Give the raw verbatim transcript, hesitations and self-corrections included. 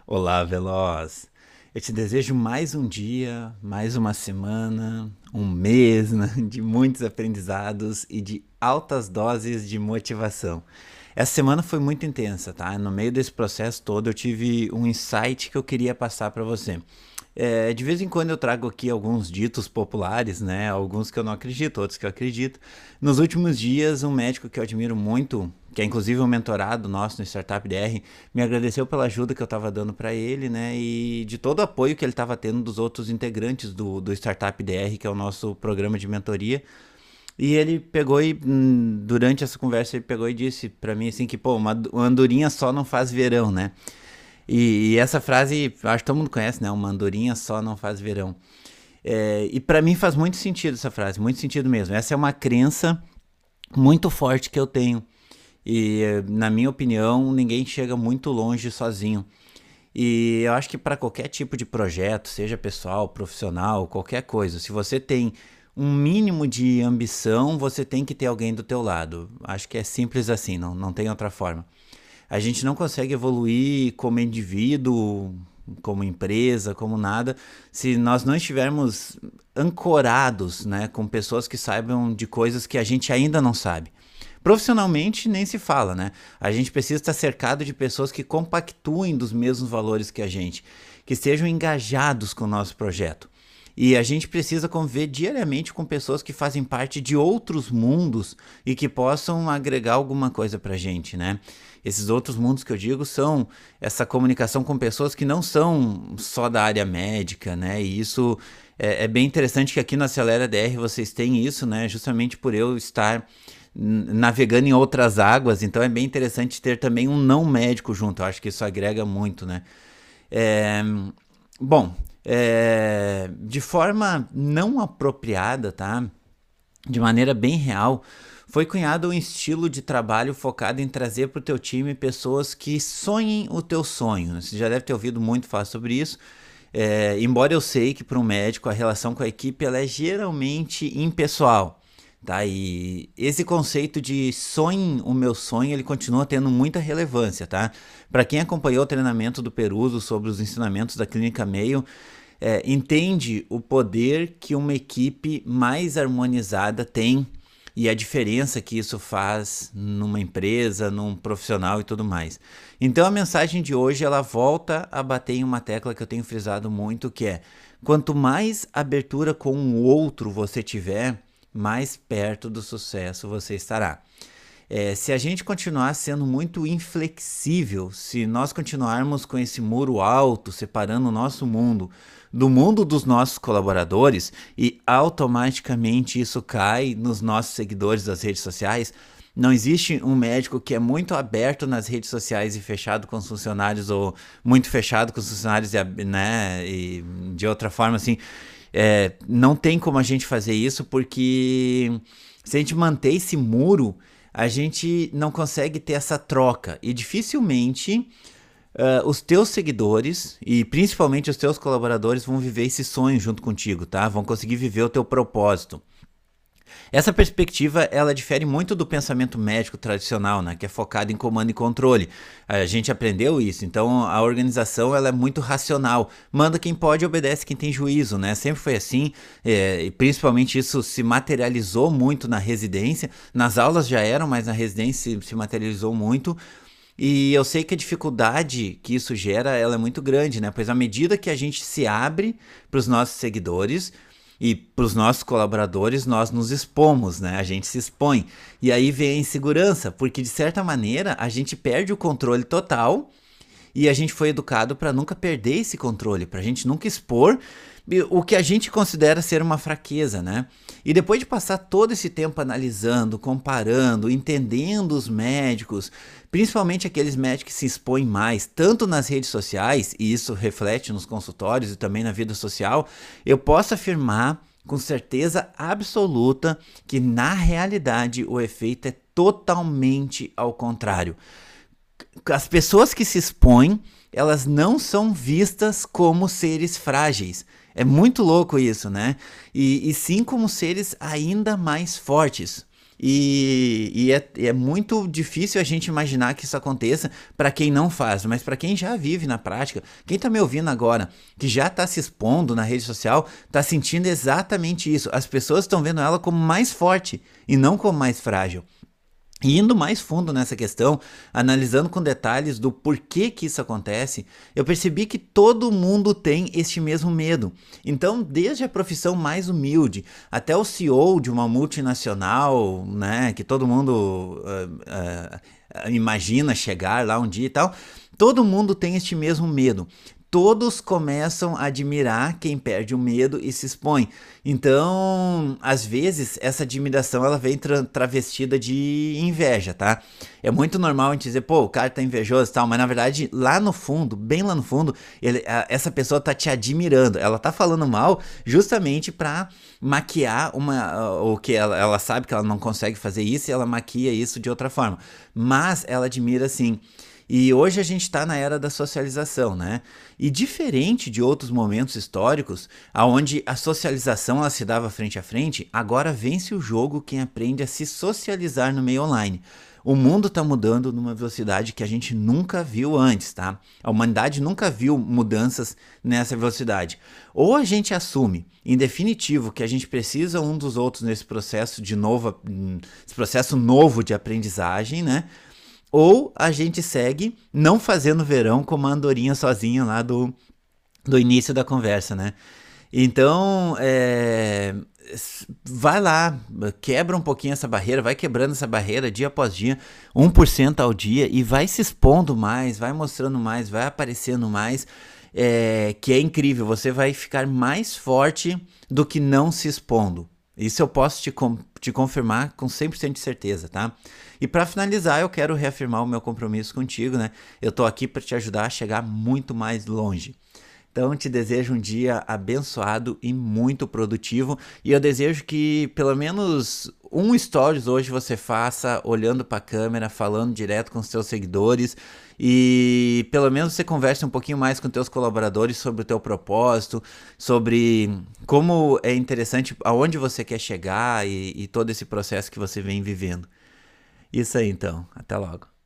Olá, Veloz. Eu te desejo mais um dia, mais uma semana, um mês, né, de muitos aprendizados e de altas doses de motivação. Essa semana foi muito intensa, tá? No meio desse processo todo, eu tive um insight que eu queria passar para você. É, de vez em quando eu trago aqui alguns ditos populares, né? Alguns que eu não acredito, outros que eu acredito. Nos últimos dias, um médico que eu admiro muito, que é inclusive um mentorado nosso no Startup D R, me agradeceu pela ajuda que eu estava dando para ele, né? E de todo o apoio que ele estava tendo dos outros integrantes do, do Startup D R, que é o nosso programa de mentoria. E ele pegou e, hum, durante essa conversa, ele pegou e disse para mim assim que, pô, uma, uma andorinha só não faz verão, né? E, e essa frase, acho que todo mundo conhece, né? Uma andorinha só não faz verão. É, e para mim faz muito sentido essa frase, muito sentido mesmo. Essa é uma crença muito forte que eu tenho. E, na minha opinião, ninguém chega muito longe sozinho. E eu acho que para qualquer tipo de projeto, seja pessoal, profissional, qualquer coisa, se você tem um mínimo de ambição, você tem que ter alguém do teu lado. Acho que é simples assim, não, não tem outra forma. A gente não consegue evoluir como indivíduo, como empresa, como nada, se nós não estivermos ancorados, né, com pessoas que saibam de coisas que a gente ainda não sabe. Profissionalmente nem se fala, né? A gente precisa estar cercado de pessoas que compactuem dos mesmos valores que a gente, que estejam engajados com o nosso projeto. E a gente precisa conviver diariamente com pessoas que fazem parte de outros mundos e que possam agregar alguma coisa pra gente, né? Esses outros mundos que eu digo são essa comunicação com pessoas que não são só da área médica, né? E isso é, é bem interessante que aqui no Acelera D R vocês têm isso, né? Justamente por eu estar navegando em outras águas, então é bem interessante ter também um não médico junto. Eu acho que isso agrega muito, né? É, bom, é, de forma não apropriada, tá? De maneira bem real, foi cunhado um estilo de trabalho focado em trazer para o teu time pessoas que sonhem o teu sonho. Você já deve ter ouvido muito falar sobre isso. É, embora eu sei que para um médico a relação com a equipe ela é geralmente impessoal. Tá? E esse conceito de sonhe o meu sonho, ele continua tendo muita relevância, tá? Para quem acompanhou o treinamento do Peruso sobre os ensinamentos da Clínica Mayo, é, entende o poder que uma equipe mais harmonizada tem e a diferença que isso faz numa empresa, num profissional e tudo mais. Então a mensagem de hoje ela volta a bater em uma tecla que eu tenho frisado muito, que é: quanto mais abertura com o outro você tiver, mais perto do sucesso você estará. É, se a gente continuar sendo muito inflexível, se nós continuarmos com esse muro alto separando o nosso mundo do mundo dos nossos colaboradores, e automaticamente isso cai nos nossos seguidores das redes sociais. Não existe um médico que é muito aberto nas redes sociais e fechado com os funcionários, ou muito fechado com os funcionários, né? E de outra forma, assim, é, não tem como a gente fazer isso, porque se a gente manter esse muro, a gente não consegue ter essa troca. E dificilmente uh, os teus seguidores e principalmente os teus colaboradores vão viver esse sonho junto contigo, tá? Vão conseguir viver o teu propósito. Essa perspectiva, ela difere muito do pensamento médico tradicional, né, que é focado em comando e controle. A gente aprendeu isso, então a organização ela é muito racional. Manda quem pode, obedece quem tem juízo, né? Sempre foi assim, é, e principalmente isso se materializou muito na residência. Nas aulas já eram, mas na residência se, se materializou muito. E eu sei que a dificuldade que isso gera, ela é muito grande, né? Pois à medida que a gente se abre para os nossos seguidores e para os nossos colaboradores, nós nos expomos, né? A gente se expõe. E aí vem a insegurança, porque de certa maneira a gente perde o controle total e a gente foi educado para nunca perder esse controle, para a gente nunca expor o que a gente considera ser uma fraqueza, né? E depois de passar todo esse tempo analisando, comparando, entendendo os médicos, principalmente aqueles médicos que se expõem mais, tanto nas redes sociais, e isso reflete nos consultórios e também na vida social, eu posso afirmar com certeza absoluta que na realidade o efeito é totalmente ao contrário. As pessoas que se expõem, elas não são vistas como seres frágeis. É muito louco isso, né? E, e sim como seres ainda mais fortes. E, e é, é muito difícil a gente imaginar que isso aconteça para quem não faz, mas para quem já vive na prática, quem está me ouvindo agora, que já está se expondo na rede social, está sentindo exatamente isso. As pessoas estão vendo ela como mais forte e não como mais frágil. E indo mais fundo nessa questão, analisando com detalhes do porquê que isso acontece, eu percebi que todo mundo tem este mesmo medo. Então, desde a profissão mais humilde até o C E O de uma multinacional, né, que todo mundo uh, uh, imagina chegar lá um dia e tal, todo mundo tem este mesmo medo. Todos começam a admirar quem perde o medo e se expõe. Então, às vezes, essa admiração ela vem tra travestida de inveja, tá? É muito normal a gente dizer, pô, o cara tá invejoso e tal, mas na verdade, lá no fundo, bem lá no fundo, ele, a, essa pessoa tá te admirando. Ela tá falando mal justamente pra maquiar uma, o que ela, ela sabe que ela não consegue fazer isso e ela maquia isso de outra forma. Mas ela admira sim. E hoje a gente está na era da socialização, né? E diferente de outros momentos históricos, onde a socialização ela se dava frente a frente, agora vence o jogo quem aprende a se socializar no meio online. O mundo está mudando numa velocidade que a gente nunca viu antes, tá? A humanidade nunca viu mudanças nessa velocidade. Ou a gente assume, em definitivo, que a gente precisa um dos outros nesse processo de novo, esse processo novo de aprendizagem, né? Ou a gente segue não fazendo verão como a andorinha sozinha lá do, do início da conversa, né? Então, é, vai lá, quebra um pouquinho essa barreira, vai quebrando essa barreira dia após dia, um por cento ao dia e vai se expondo mais, vai mostrando mais, vai aparecendo mais, é, que é incrível, você vai ficar mais forte do que não se expondo. Isso eu posso te, com, te confirmar com cem por cento de certeza, tá? E para finalizar, eu quero reafirmar o meu compromisso contigo, né? Eu tô aqui para te ajudar a chegar muito mais longe. Então, te desejo um dia abençoado e muito produtivo. E eu desejo que pelo menos um stories hoje você faça olhando para a câmera, falando direto com os seus seguidores. E pelo menos você converse um pouquinho mais com teus colaboradores sobre o teu propósito, sobre como é interessante, aonde você quer chegar e, e todo esse processo que você vem vivendo. Isso aí então, até logo.